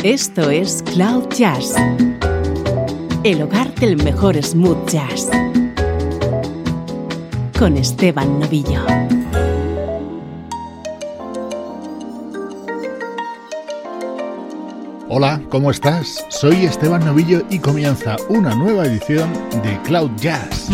Esto es Cloud Jazz, el hogar del mejor smooth jazz, con Esteban Novillo. Hola, ¿cómo estás? Soy Esteban Novillo y comienza una nueva edición de Cloud Jazz.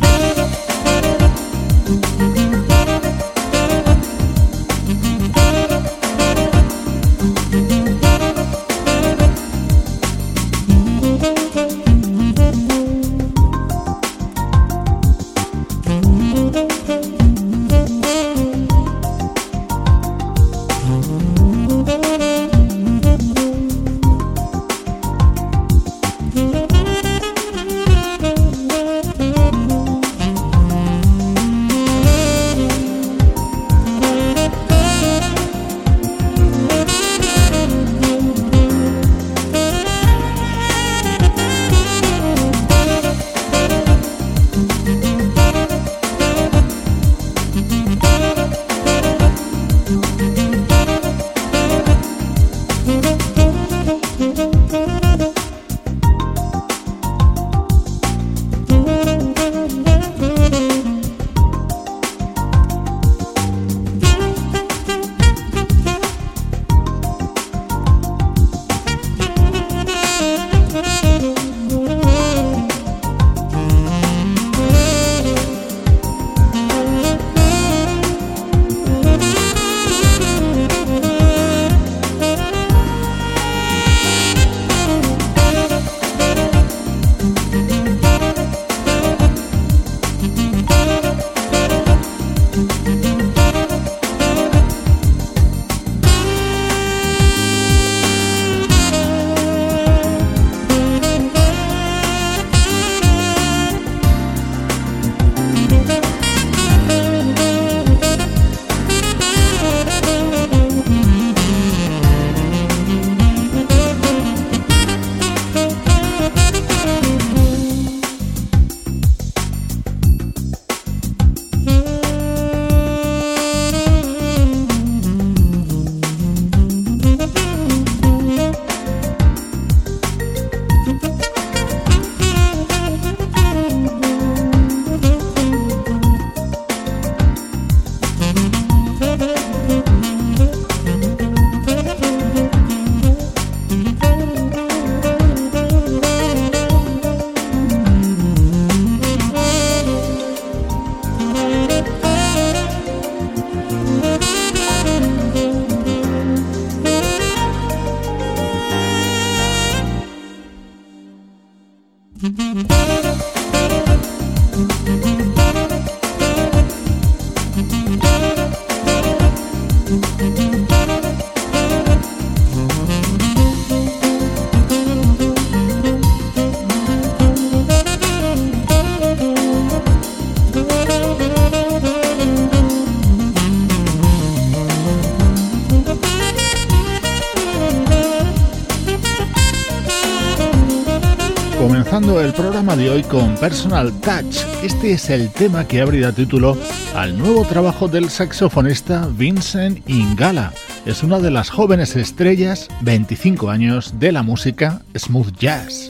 Comenzando el programa de hoy con Personal Touch. Este es el tema que abrirá título al nuevo trabajo del saxofonista Vincent Ingala. Es una de las jóvenes estrellas, 25 años, de la música smooth jazz.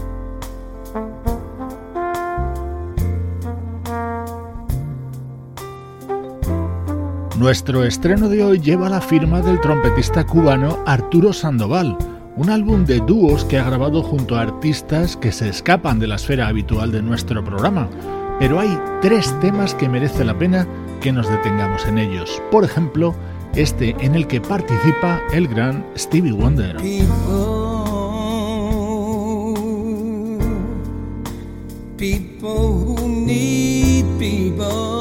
Nuestro estreno de hoy lleva la firma del trompetista cubano Arturo Sandoval, un álbum de dúos que ha grabado junto a artistas que se escapan de la esfera habitual de nuestro programa, pero hay 3 temas que merece la pena que nos detengamos en ellos. Por ejemplo, este en el que participa el gran Stevie Wonder. People who need people.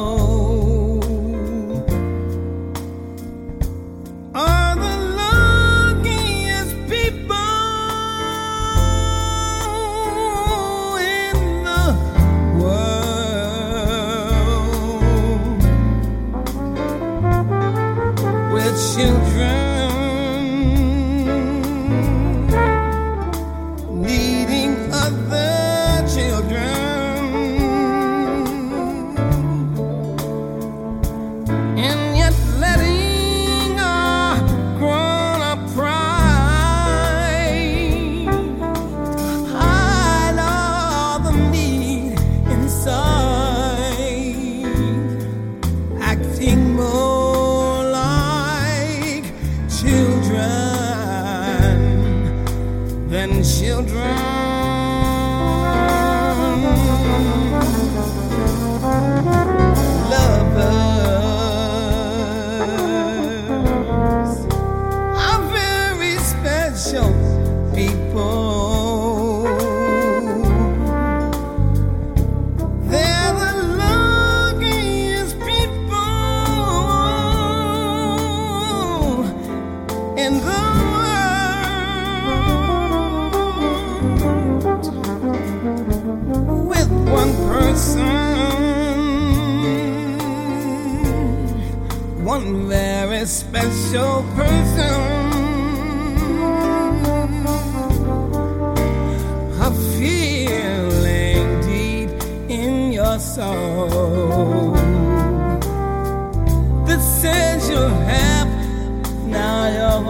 Needing other And yet letting our grown-up pride acting more like children than children. Lovers are very special people. They're the luckiest people in the world. With one person, one very special person, a feeling deep in your soul that says you're happy, now you're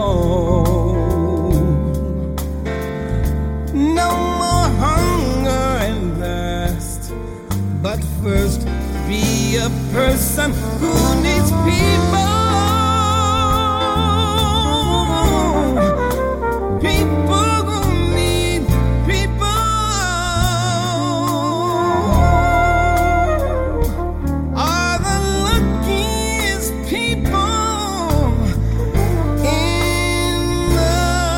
home. No more hunger and thirst, but first be a person who needs people. People who need people are the luckiest people in the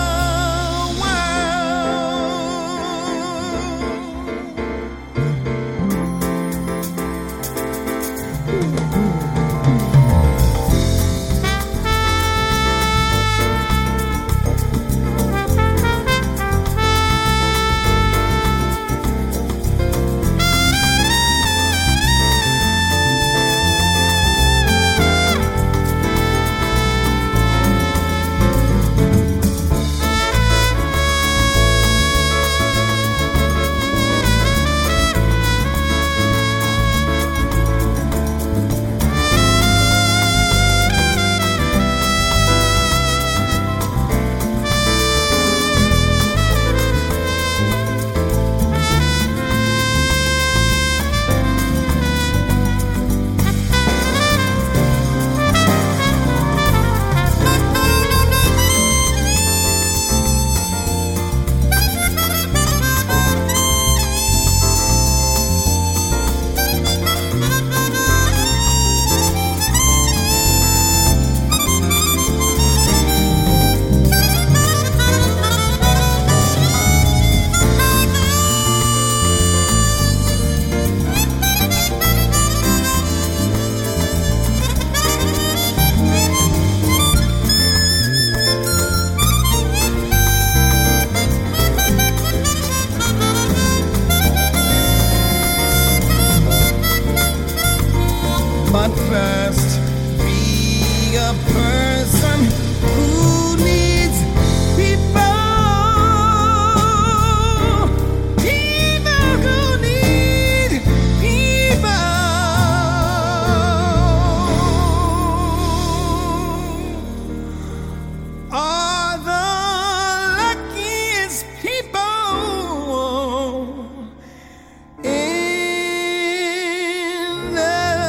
but first be a person who needs people. People who need people are the luckiest people in the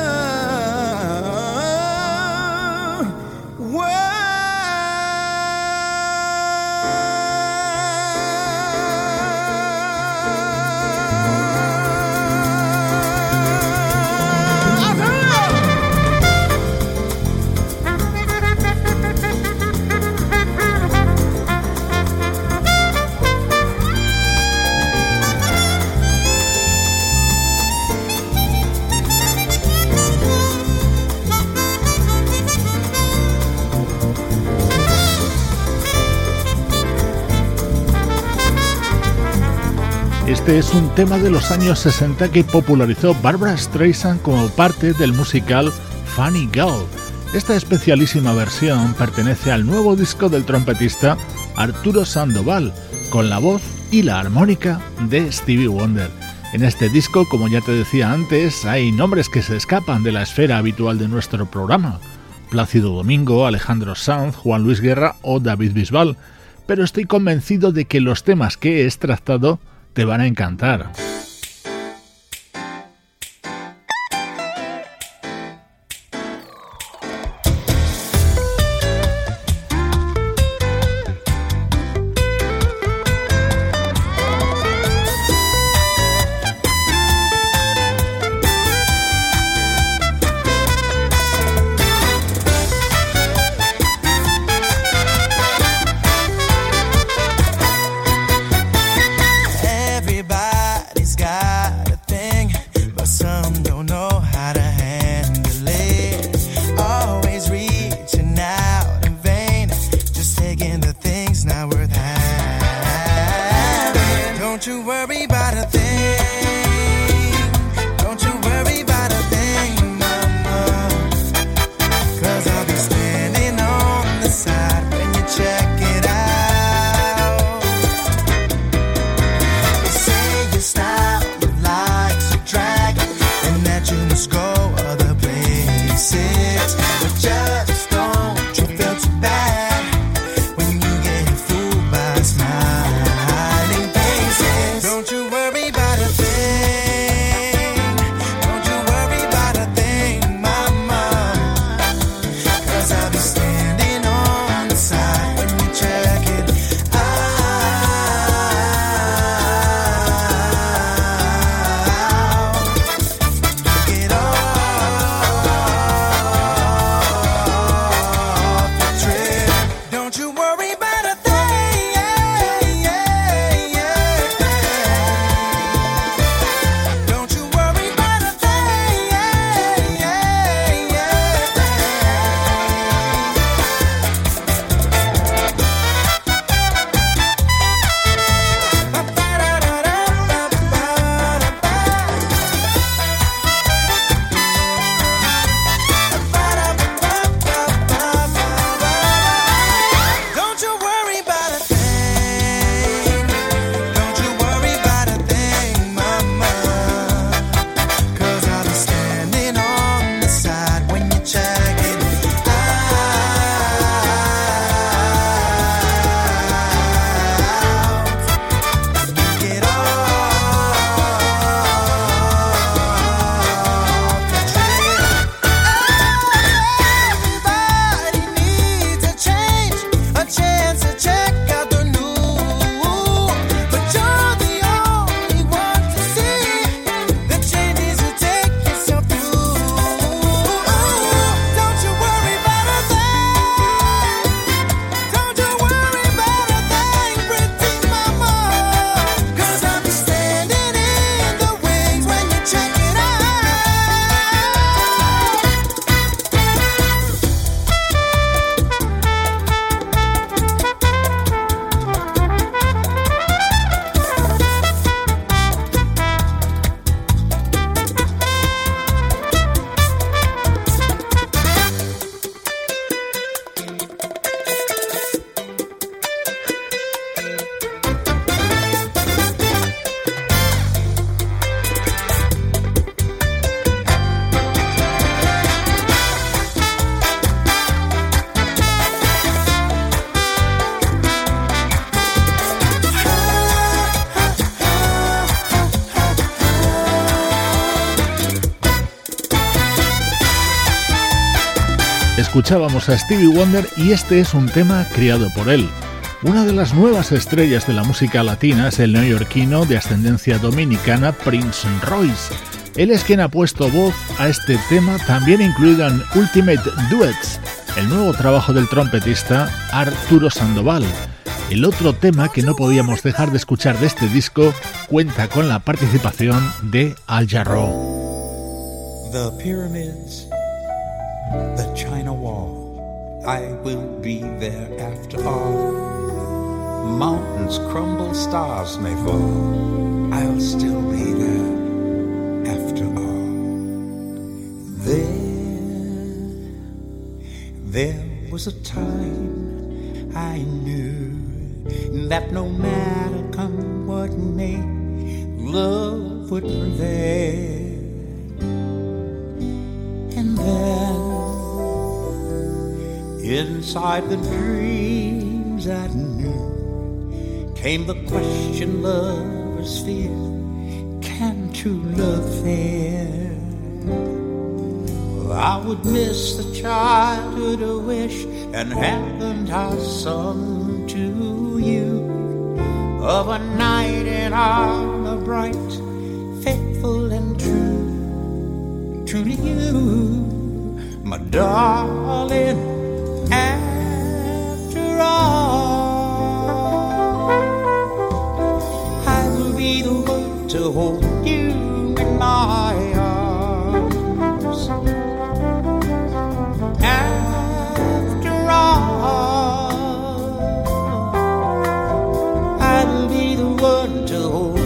Este es un tema de los años 60 que popularizó Barbra Streisand como parte del musical Funny Girl. Esta especialísima versión pertenece al nuevo disco del trompetista Arturo Sandoval, con la voz y la armónica de Stevie Wonder. En este disco, como ya te decía antes, hay nombres que se escapan de la esfera habitual de nuestro programa: Plácido Domingo, Alejandro Sanz, Juan Luis Guerra o David Bisbal, pero estoy convencido de que los temas que he extractado te van a encantar. Don't you worry about a thing. Don't you worry about a thing, mama. 'Cause I'll be standing on the side when you check it out. They say your style of life's a drag and that you must go other places, but just don't you feel too bad when you get fooled by smiling faces. Don't you worry about a thing. Don't you worry about a thing, mama. 'Cause I'll be standing on the side when you check it out. Get off the trip. Don't you worry about a thing. Don't you worry about a thing. Don't you worry about a thing. Don't you worry about a thing, mama. 'Cause I'll be standing on the side when you check it out. Get off the trip. Everybody needs a change, a chance to check out the new. But you're the only one to see the changes you take yourself through. Don't you worry about a thing. Don't you worry about a thing, pretty mama. 'Cause I'll be standing in the wings when you check it out. Escuchábamos a Stevie Wonder y este es un tema creado por él. Una de las nuevas estrellas de la música latina es el neoyorquino de ascendencia dominicana Prince Royce. Él es quien ha puesto voz a este tema, también incluido en Ultimate Duets, el nuevo trabajo del trompetista Arturo Sandoval. El otro tema que no podíamos dejar de escuchar de este disco cuenta con la participación de Al Jarreau. The pyramids, the China Wall, I will be there after all. Mountains crumble, stars may fall, I'll still be there after all. There was a time I knew that no matter come what may, love would prevail. And then, inside the dreams I knew, came the question lovers fear, can true love fail? I would miss the childhood wish and haven't I sung to you of a night in armor bright, faithful and true, true to you, my darling. After all, I will be the one to hold you in my arms. After all, I will be the one to hold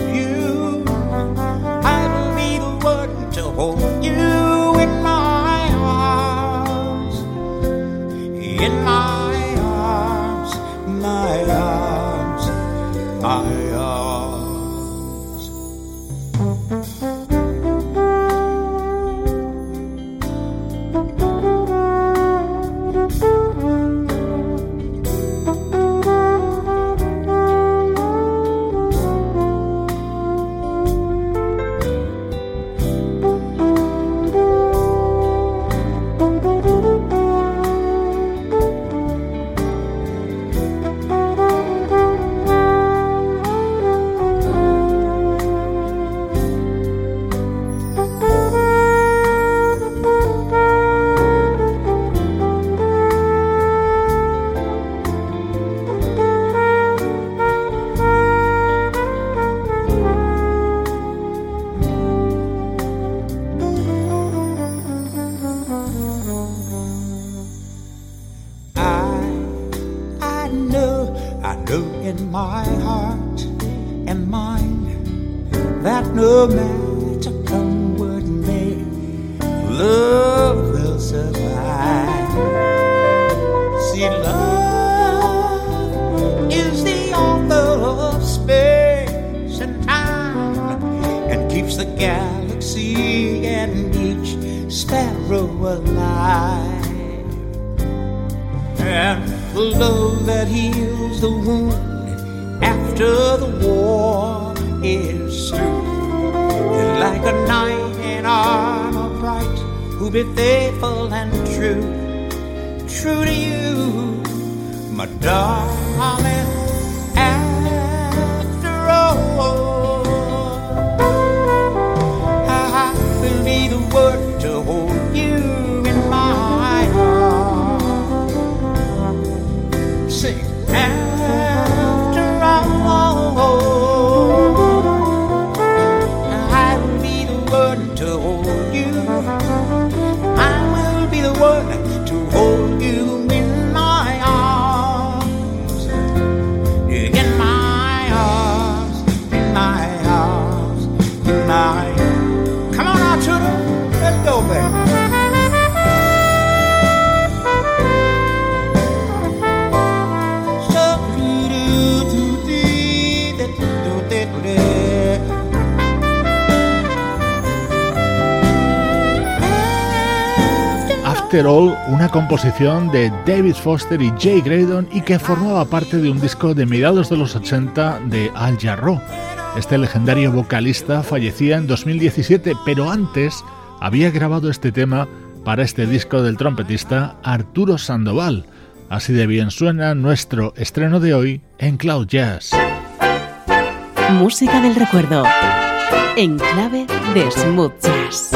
in my arms, my arms, my arms. After All, una composición de David Foster y Jay Graydon y que formaba parte de un disco de mediados de los 80 de Al Jarreau. Este legendario vocalista fallecía en 2017, pero antes había grabado este tema para este disco del trompetista Arturo Sandoval. Así de bien suena nuestro estreno de hoy en Cloud Jazz. Música del recuerdo, en clave de smooth jazz.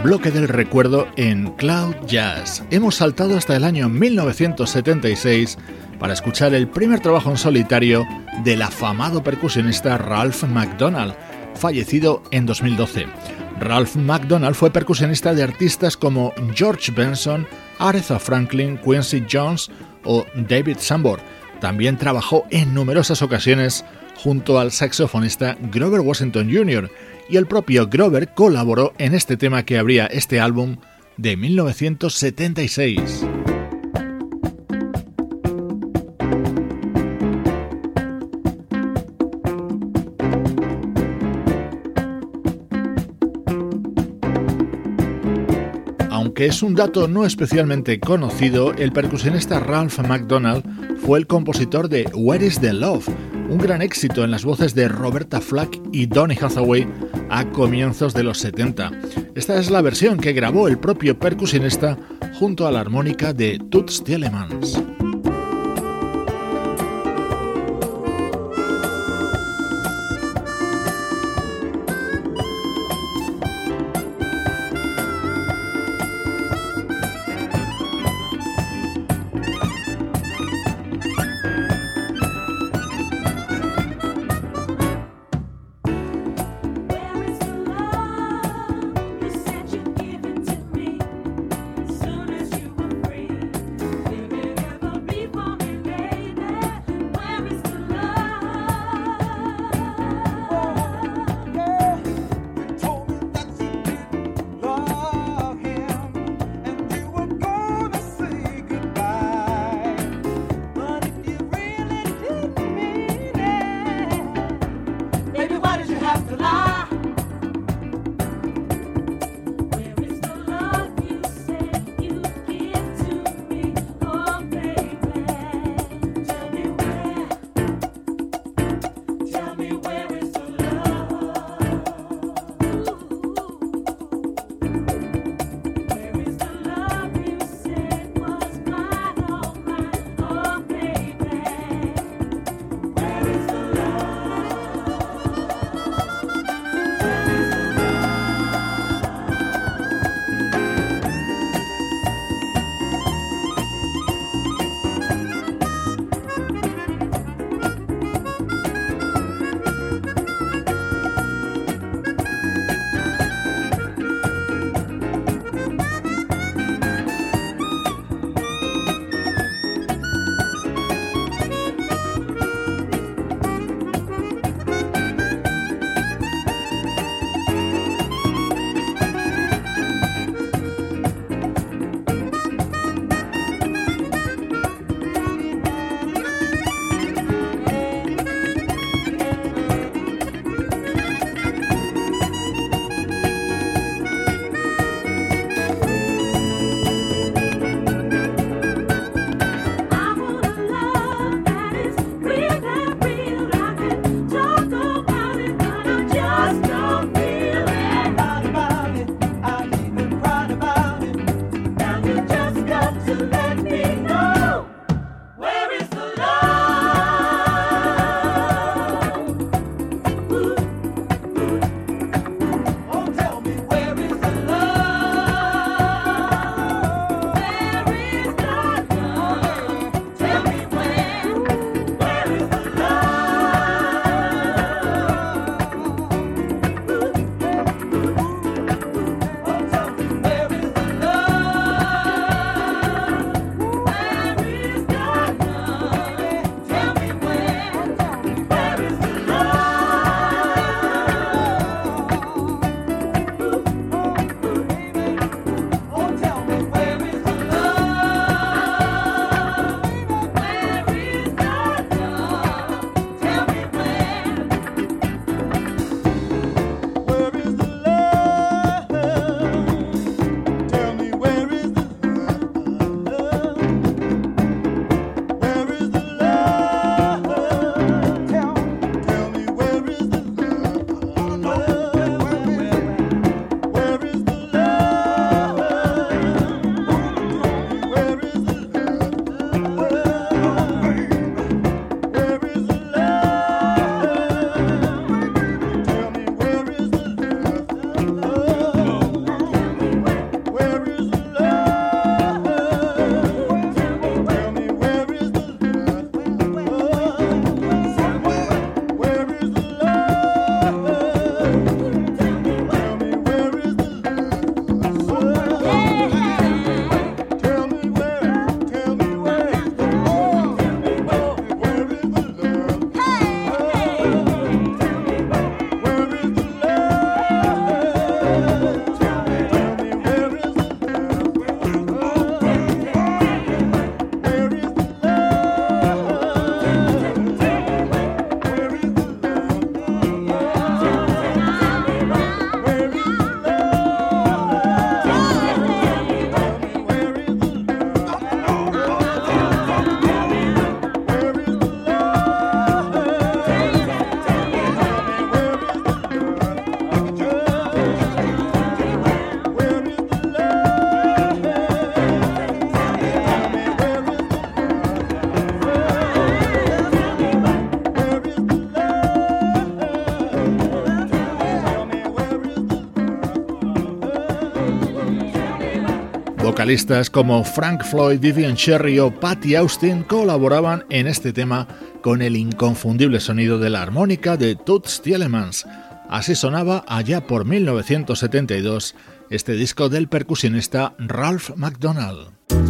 bloque del recuerdo en Cloud Jazz. Hemos saltado hasta el año 1976 para escuchar el primer trabajo en solitario del afamado percusionista Ralph McDonald, fallecido en 2012. Ralph McDonald fue percusionista de artistas como George Benson, Aretha Franklin, Quincy Jones o David Sanborn. También trabajó en numerosas ocasiones junto al saxofonista Grover Washington Jr., y el propio Grover colaboró en este tema que abría este álbum de 1976. Aunque es un dato no especialmente conocido, el percusionista Ralph McDonald fue el compositor de Where is the Love, un gran éxito en las voces de Roberta Flack y Donny Hathaway a comienzos de los 70. Esta es la versión que grabó el propio percusionista junto a la armónica de Toots Thielemans. Soon as you were free, thinking about Vocalistas como Frank Floyd, Vivian Cherry o Patty Austin colaboraban en este tema con el inconfundible sonido de la armónica de Toots Thielemans. Así sonaba allá por 1972 este disco del percusionista Ralph McDonald.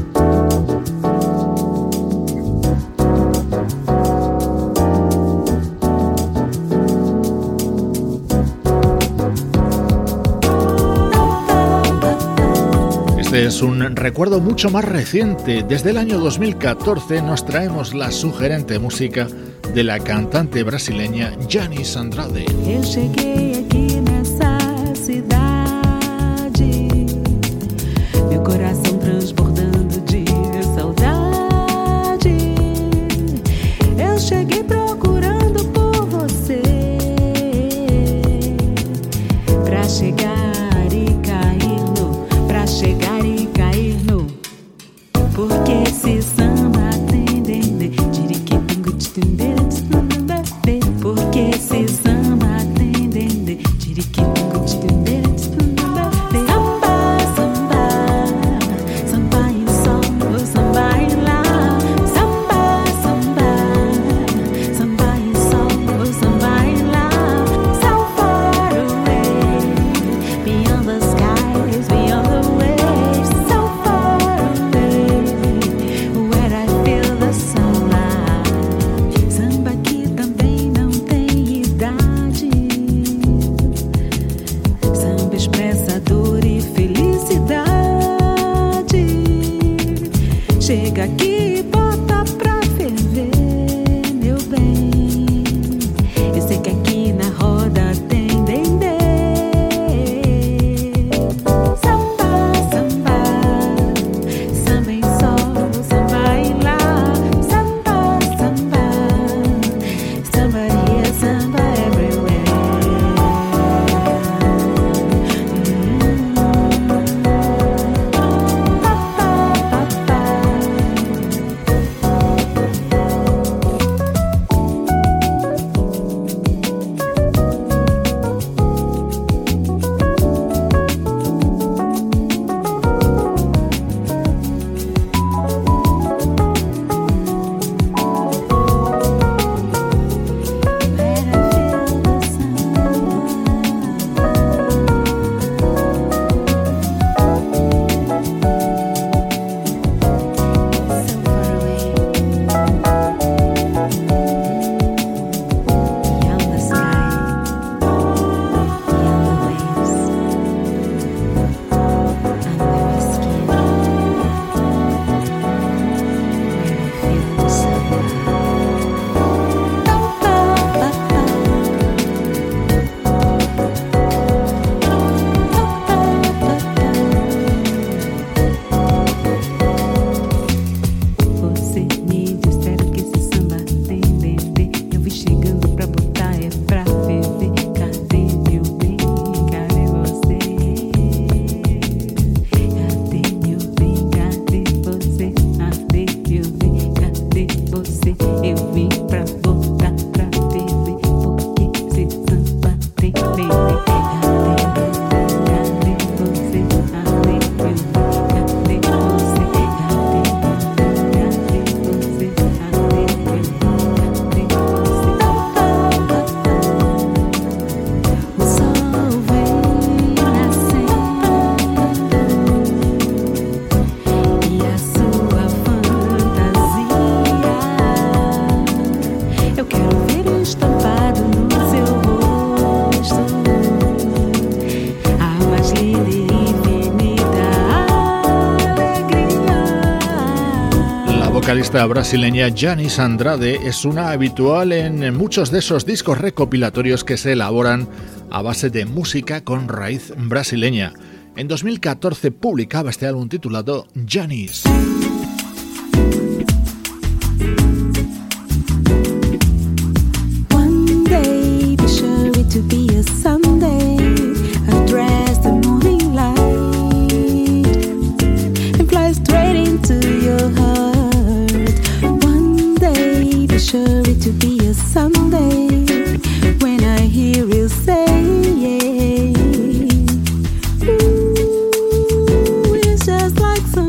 Este es un recuerdo mucho más reciente. Desde el año 2014 nos traemos la sugerente música de la cantante brasileña Janice Andrade. Eu cheguei aqui nessa cidade, meu coração transbordando de saudade. Eu cheguei procurando por você, pra chegar e cair no, pra chegar e cair no, porque esse samba tem dendê, tiriquitungo titundê, porque esse samba tem dendê, tiriquitungo titundê, samba, samba, samba em sol, samba em lá, samba, samba, samba em sol, samba em lá, so far away, beyond the skies, beyond the waves, so far away, where I feel the sunlight. Samba aqui também não tem idade, samba expressa dor e felicidade. Chega aqui e bota pra ferver, meu bem. Eu sei que aqui na roda tem dendê. Samba, samba, samba em sol, samba em lá, samba, samba, samba here, samba everywhere. La vocalista brasileña Janice Andrade es una habitual en muchos de esos discos recopilatorios que se elaboran a base de música con raíz brasileña. En 2014 publicaba este álbum titulado Janice. One day, be sure it to be a Sunday. Address the morning light and fly straight into your heart. One day, be sure it to be a Sunday when I hear you say, yeah. Ooh, it's just like some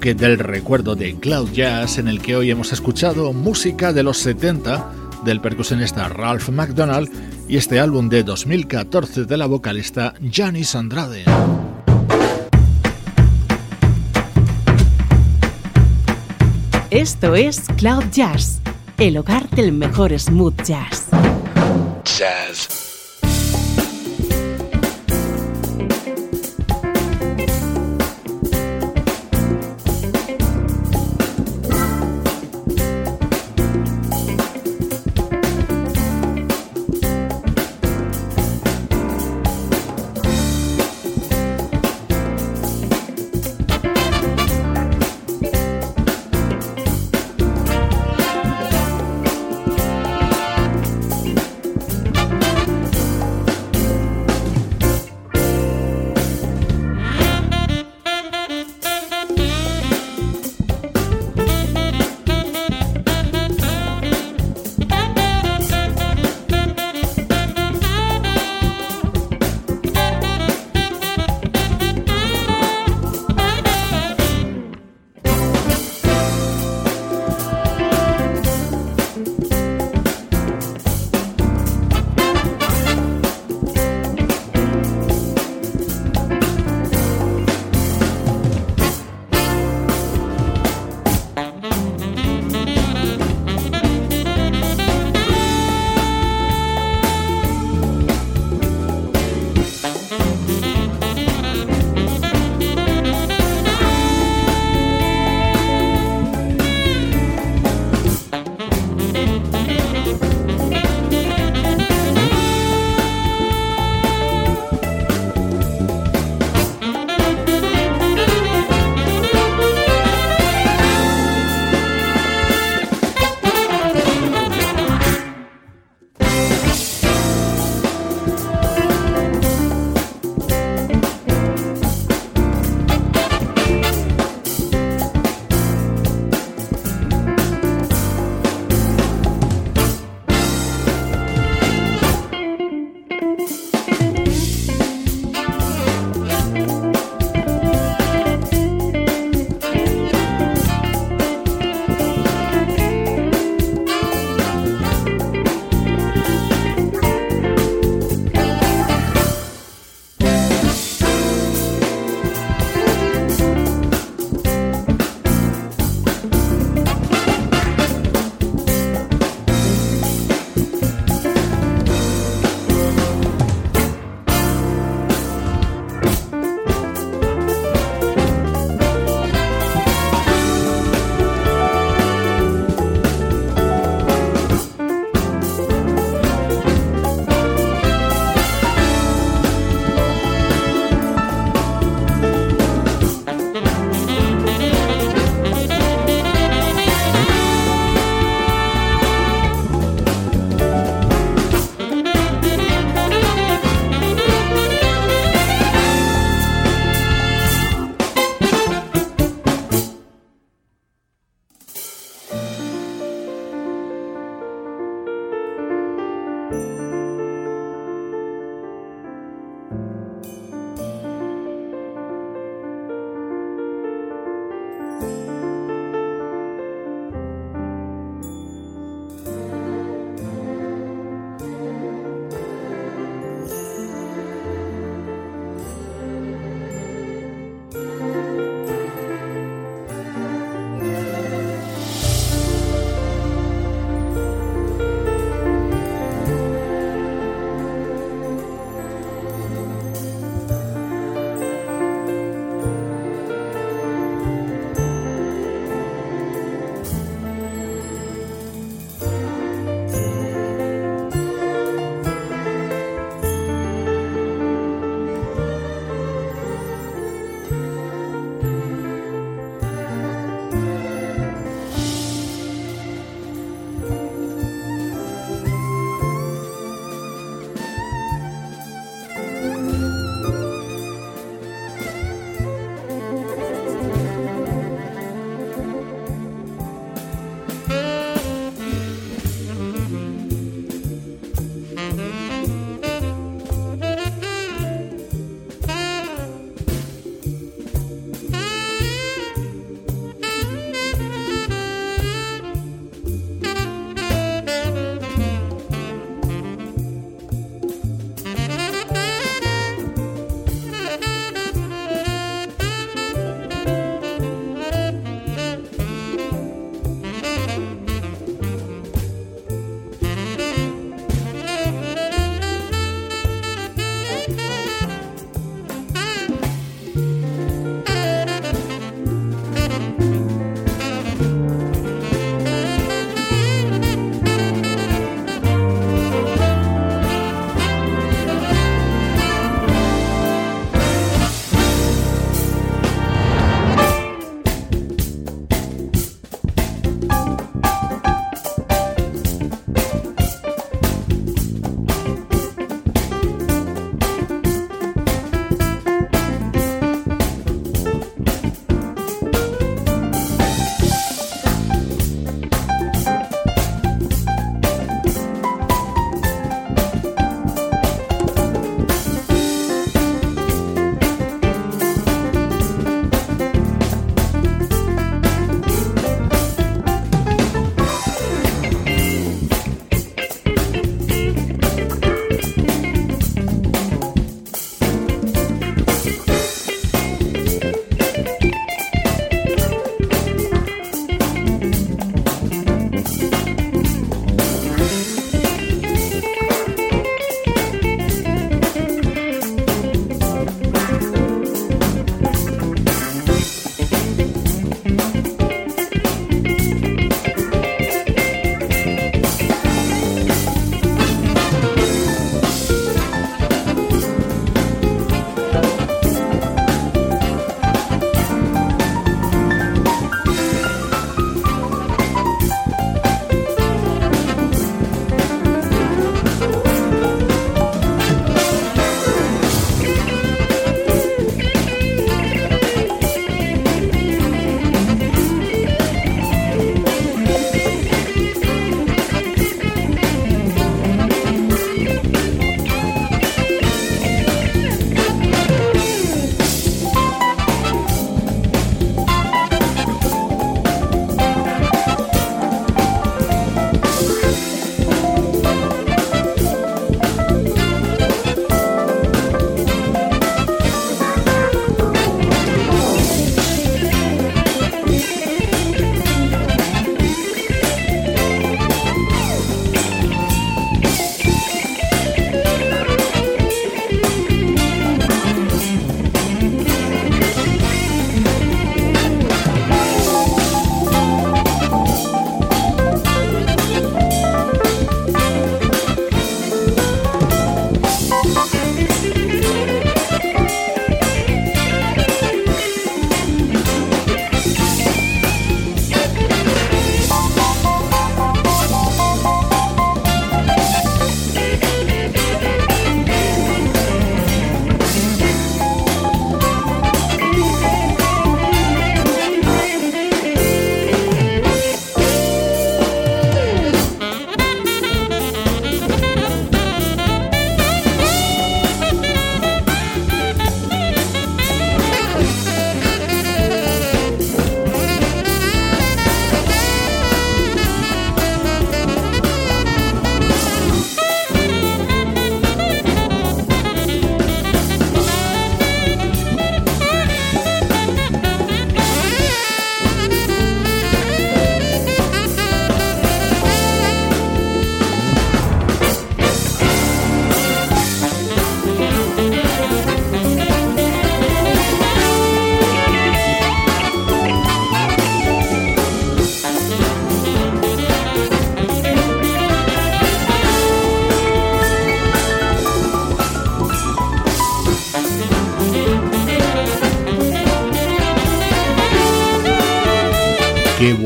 bloque del recuerdo de Cloud Jazz, en el que hoy hemos escuchado música de los 70 del percusionista Ralph McDonald y este álbum de 2014 de la vocalista Janice Andrade. Esto es Cloud Jazz, el hogar del mejor smooth jazz. Jazz.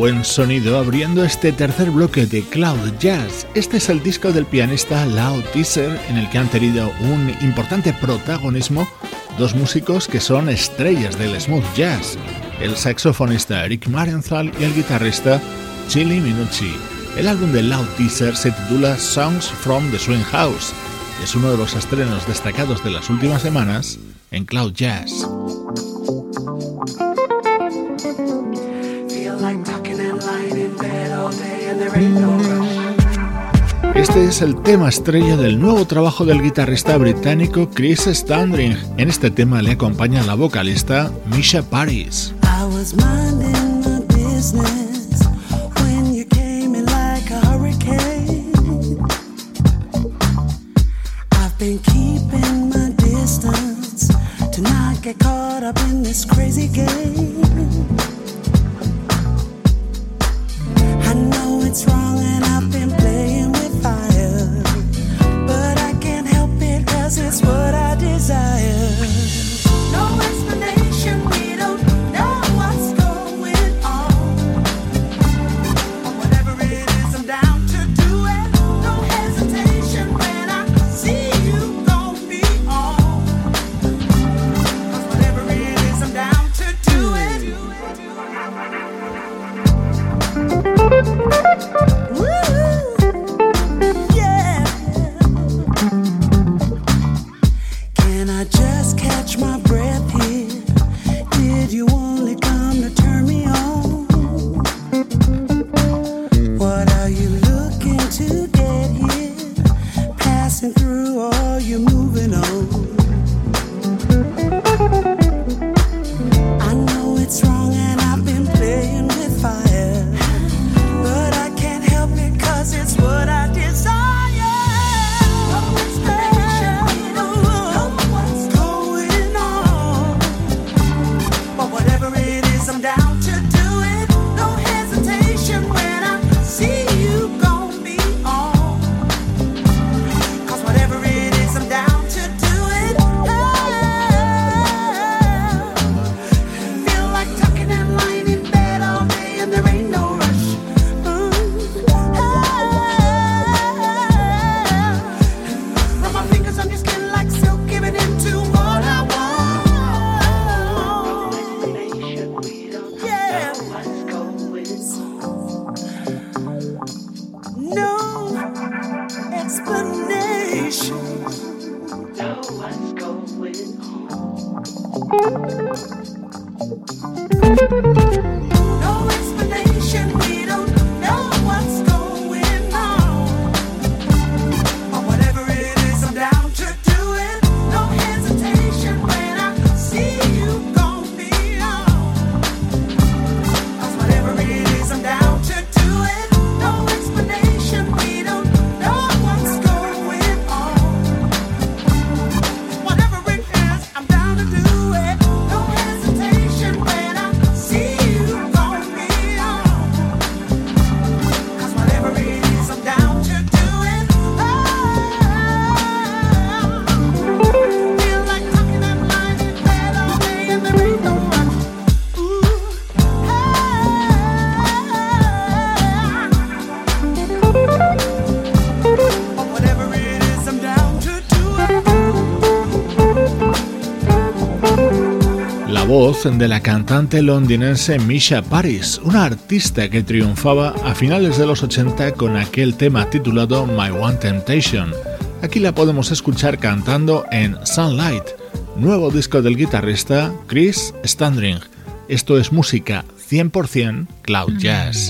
buen sonido abriendo este tercer bloque de Cloud Jazz. Este es el disco del pianista Loud Teaser, en el que han tenido un importante protagonismo dos músicos que son estrellas del smooth jazz, el saxofonista Eric Marienthal y el guitarrista Chili Minucci. El álbum de Loud Teaser se titula Songs from the Swing House. Es uno de los estrenos destacados de las últimas semanas en Cloud Jazz. Este es el tema estrella del nuevo trabajo del guitarrista británico Chris Standring. En este tema le acompaña la vocalista Misha Paris. Been keeping my distance to not get caught up in this crazy game. I know it's wrong and I've been playing with fire, but I can't help it 'cause it's what I desire. No explanation, we don't know what's going on, but whatever it is, I'm down to do it. No hesitation when I see you gon' be on, 'cause whatever it is, I'm down to do it. Woo, yeah. Can I just catch my breath here? Did you only come to turn me on? What are you looking to get here? Passing through or you moving on? I know it's wrong and I've been playing with fire, but I can't help it 'cause it's what I desire. No explanation, know what's going on, but whatever it is, I'm down to do it. No hesitation when I see you gon' be on, 'cause whatever it is, I'm down to do it. Feel like tucking and lying in bed all day and there ain't no rush. Rub my fingers on your skin like silk, giving into what I want. Yeah. No explanation. No explanation, we don't know what's going on, but whatever it is, I'm down to do it. No hesitation when I see you gon' be on, 'cause whatever it is, I'm down to do it. No explanation, we don't know what's going on, whatever it is, I'm down to do it. No hesitation when I see you gon' be on, 'cause whatever it is, I'm down to do it. Feel like tucking and lying in bed all day and there ain't no rush. But whatever it is, I'm down to do it. La voz de la cantante londinense Misha Paris, una artista que triunfaba a finales de los 80 con aquel tema titulado My One Temptation. Aquí la podemos escuchar cantando en Sunlight, nuevo disco del guitarrista Chris Standring. Esto es música 100% Cloud Jazz.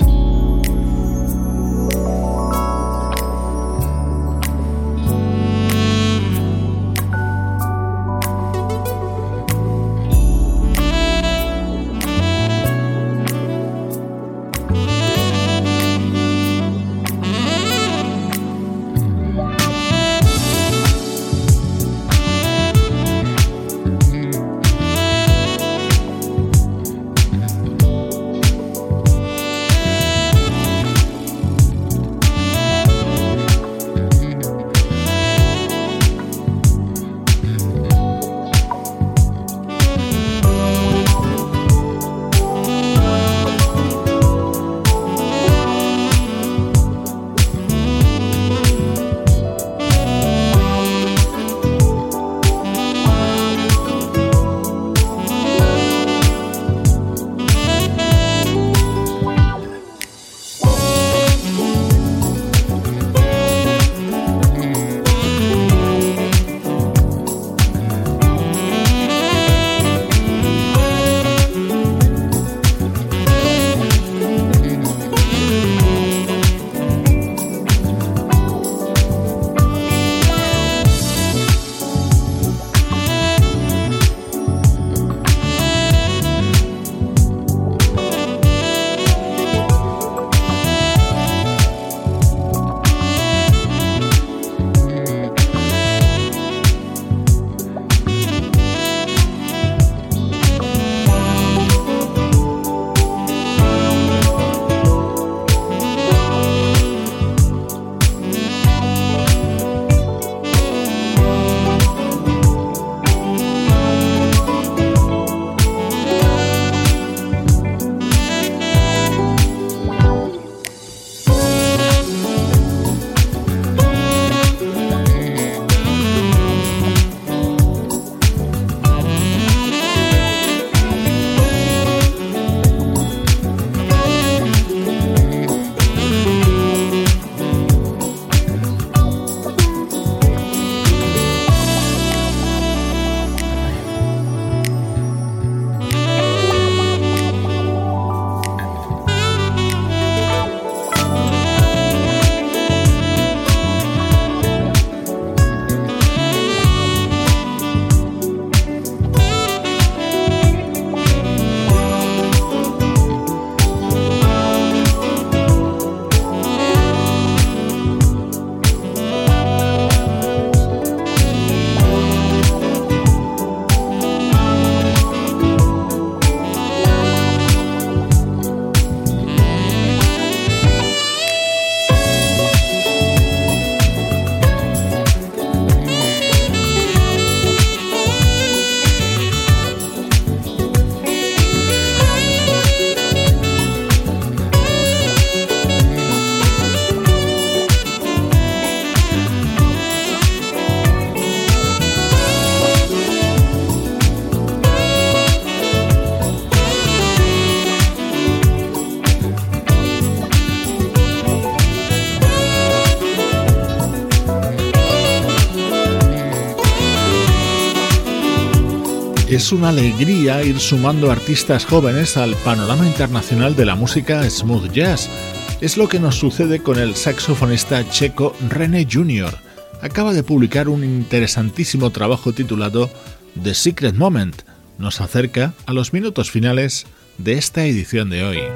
que es una alegría ir sumando artistas jóvenes al panorama internacional de la música smooth jazz. Es lo que nos sucede con el saxofonista checo René Jr. Acaba de publicar un interesantísimo trabajo titulado The Secret Moment. Nos acerca a los minutos finales de esta edición de hoy.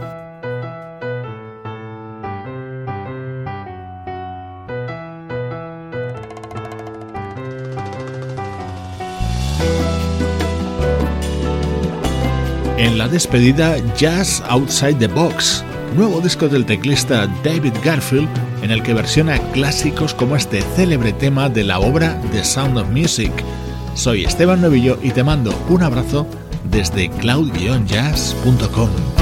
En la despedida, Jazz Outside the Box, nuevo disco del teclista David Garfield, en el que versiona clásicos como este célebre tema de la obra The Sound of Music. Soy Esteban Novillo y te mando un abrazo desde cloud-jazz.com.